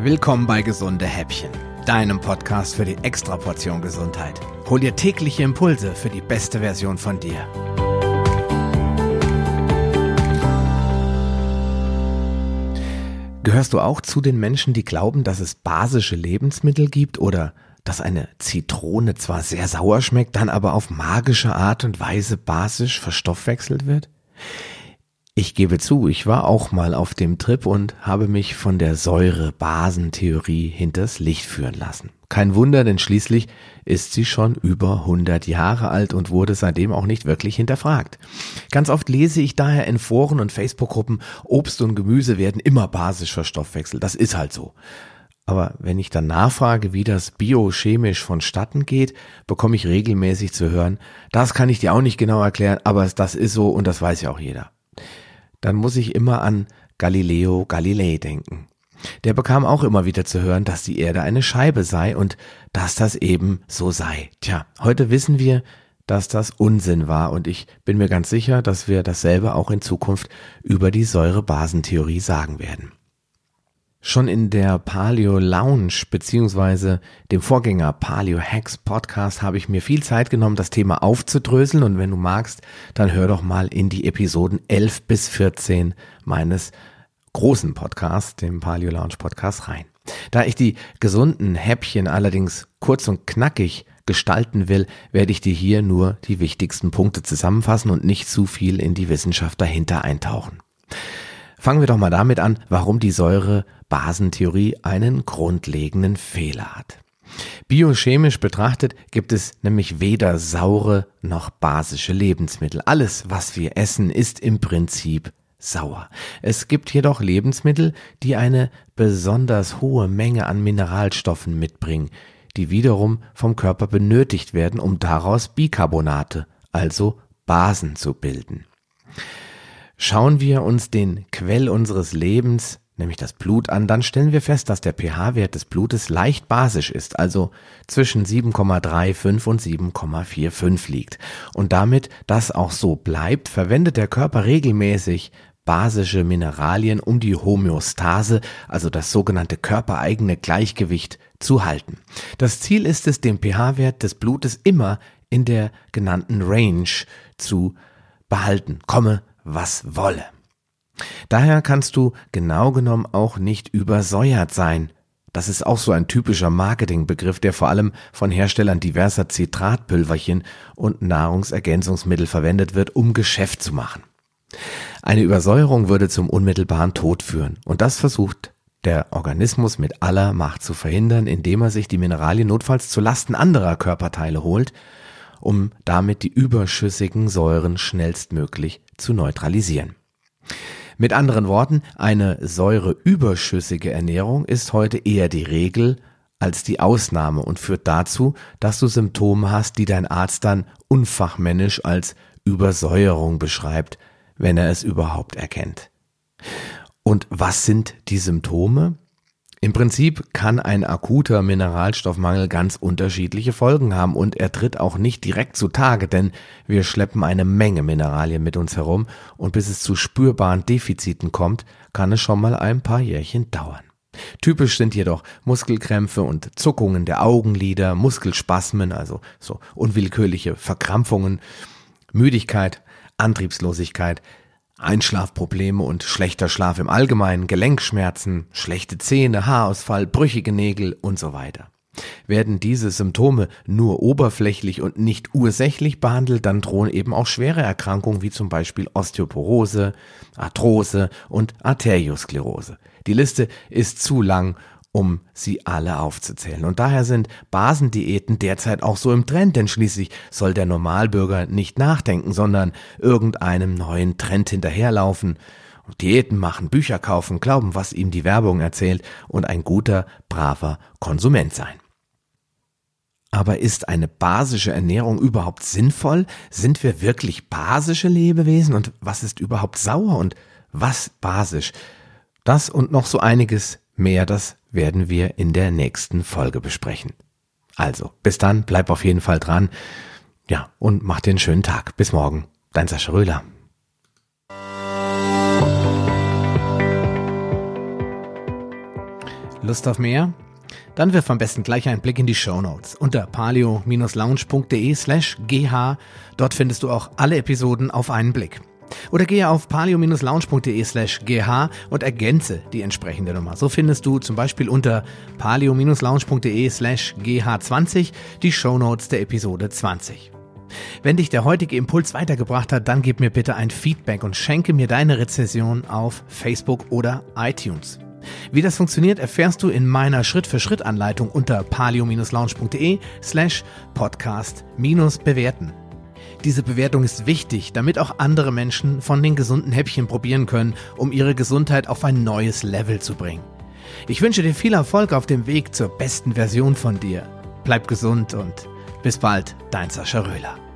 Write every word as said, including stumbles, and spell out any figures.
Willkommen bei Gesunde Häppchen, deinem Podcast für die Extraportion Gesundheit. Hol dir tägliche Impulse für die beste Version von dir. Gehörst du auch zu den Menschen, die glauben, dass es basische Lebensmittel gibt oder dass eine Zitrone zwar sehr sauer schmeckt, dann aber auf magische Art und Weise basisch verstoffwechselt wird? Ich gebe zu, ich war auch mal auf dem Trip und habe mich von der Säure-Basen-Theorie hinters Licht führen lassen. Kein Wunder, denn schließlich ist sie schon über hundert Jahre alt und wurde seitdem auch nicht wirklich hinterfragt. Ganz oft lese ich daher in Foren und Facebook-Gruppen, Obst und Gemüse werden immer basisch verstoffwechselt. Das ist halt so. Aber wenn ich dann nachfrage, wie das biochemisch vonstatten geht, bekomme ich regelmäßig zu hören, das kann ich dir auch nicht genau erklären, aber das ist so und das weiß ja auch jeder. Dann muss ich immer an Galileo Galilei denken. Der bekam auch immer wieder zu hören, dass die Erde eine Scheibe sei und dass das eben so sei. Tja, heute wissen wir, dass das Unsinn war und ich bin mir ganz sicher, dass wir dasselbe auch in Zukunft über die Säure-Basen-Theorie sagen werden. Schon in der Paleo Lounge bzw. dem Vorgänger Paleo Hacks Podcast habe ich mir viel Zeit genommen, das Thema aufzudröseln, und wenn du magst, dann hör doch mal in die Episoden elf bis vierzehn meines großen Podcasts, dem Paleo Lounge Podcast, rein. Da ich die gesunden Häppchen allerdings kurz und knackig gestalten will, werde ich dir hier nur die wichtigsten Punkte zusammenfassen und nicht zu viel in die Wissenschaft dahinter eintauchen. Fangen wir doch mal damit an, warum die Säure-Basen-Theorie einen grundlegenden Fehler hat. Biochemisch betrachtet gibt es nämlich weder saure noch basische Lebensmittel. Alles, was wir essen, ist im Prinzip sauer. Es gibt jedoch Lebensmittel, die eine besonders hohe Menge an Mineralstoffen mitbringen, die wiederum vom Körper benötigt werden, um daraus Bicarbonate, also Basen, zu bilden. Schauen wir uns den Quell unseres Lebens, nämlich das Blut, an, dann stellen wir fest, dass der pH-Wert des Blutes leicht basisch ist, also zwischen sieben Komma fünfunddreißig und sieben Komma fünfundvierzig liegt. Und damit das auch so bleibt, verwendet der Körper regelmäßig basische Mineralien, um die Homöostase, also das sogenannte körpereigene Gleichgewicht, zu halten. Das Ziel ist es, den pH-Wert des Blutes immer in der genannten Range zu behalten, komme was wolle. Daher kannst du genau genommen auch nicht übersäuert sein. Das ist auch so ein typischer Marketingbegriff, der vor allem von Herstellern diverser Zitratpülverchen und Nahrungsergänzungsmittel verwendet wird, um Geschäft zu machen. Eine Übersäuerung würde zum unmittelbaren Tod führen, und das versucht der Organismus mit aller Macht zu verhindern, indem er sich die Mineralien notfalls zu Lasten anderer Körperteile holt, um damit die überschüssigen Säuren schnellstmöglich zu neutralisieren. Mit anderen Worten, eine säureüberschüssige Ernährung ist heute eher die Regel als die Ausnahme und führt dazu, dass du Symptome hast, die dein Arzt dann unfachmännisch als Übersäuerung beschreibt, wenn er es überhaupt erkennt. Und was sind die Symptome? Im Prinzip kann ein akuter Mineralstoffmangel ganz unterschiedliche Folgen haben und er tritt auch nicht direkt zutage, denn wir schleppen eine Menge Mineralien mit uns herum und bis es zu spürbaren Defiziten kommt, kann es schon mal ein paar Jährchen dauern. Typisch sind jedoch Muskelkrämpfe und Zuckungen der Augenlider, Muskelspasmen, also so unwillkürliche Verkrampfungen, Müdigkeit, Antriebslosigkeit, Einschlafprobleme und schlechter Schlaf im Allgemeinen, Gelenkschmerzen, schlechte Zähne, Haarausfall, brüchige Nägel und so weiter. Werden diese Symptome nur oberflächlich und nicht ursächlich behandelt, dann drohen eben auch schwere Erkrankungen wie zum Beispiel Osteoporose, Arthrose und Arteriosklerose. Die Liste ist zu lang, um sie alle aufzuzählen. Und daher sind Basendiäten derzeit auch so im Trend, denn schließlich soll der Normalbürger nicht nachdenken, sondern irgendeinem neuen Trend hinterherlaufen. Diäten machen, Bücher kaufen, glauben, was ihm die Werbung erzählt und ein guter, braver Konsument sein. Aber ist eine basische Ernährung überhaupt sinnvoll? Sind wir wirklich basische Lebewesen? Und was ist überhaupt sauer und was basisch? Das und noch so einiges mehr, das werden wir in der nächsten Folge besprechen. Also, bis dann, bleib auf jeden Fall dran. Ja, und mach dir einen schönen Tag. Bis morgen. Dein Sascha Röhler. Lust auf mehr? Dann wirf am besten gleich einen Blick in die Shownotes unter paleo-lounge.de slash gh. Dort findest du auch alle Episoden auf einen Blick. Oder gehe auf paleo-lounge.de slash gh und ergänze die entsprechende Nummer. So findest du zum Beispiel unter paleo-lounge.de slash gh20 die Shownotes der Episode zwanzig. Wenn dich der heutige Impuls weitergebracht hat, dann gib mir bitte ein Feedback und schenke mir deine Rezension auf Facebook oder iTunes. Wie das funktioniert, erfährst du in meiner Schritt-für-Schritt-Anleitung unter paleo-lounge.de slash podcast minus bewerten. Diese Bewertung ist wichtig, damit auch andere Menschen von den gesunden Häppchen probieren können, um ihre Gesundheit auf ein neues Level zu bringen. Ich wünsche dir viel Erfolg auf dem Weg zur besten Version von dir. Bleib gesund und bis bald, dein Sascha Röhler.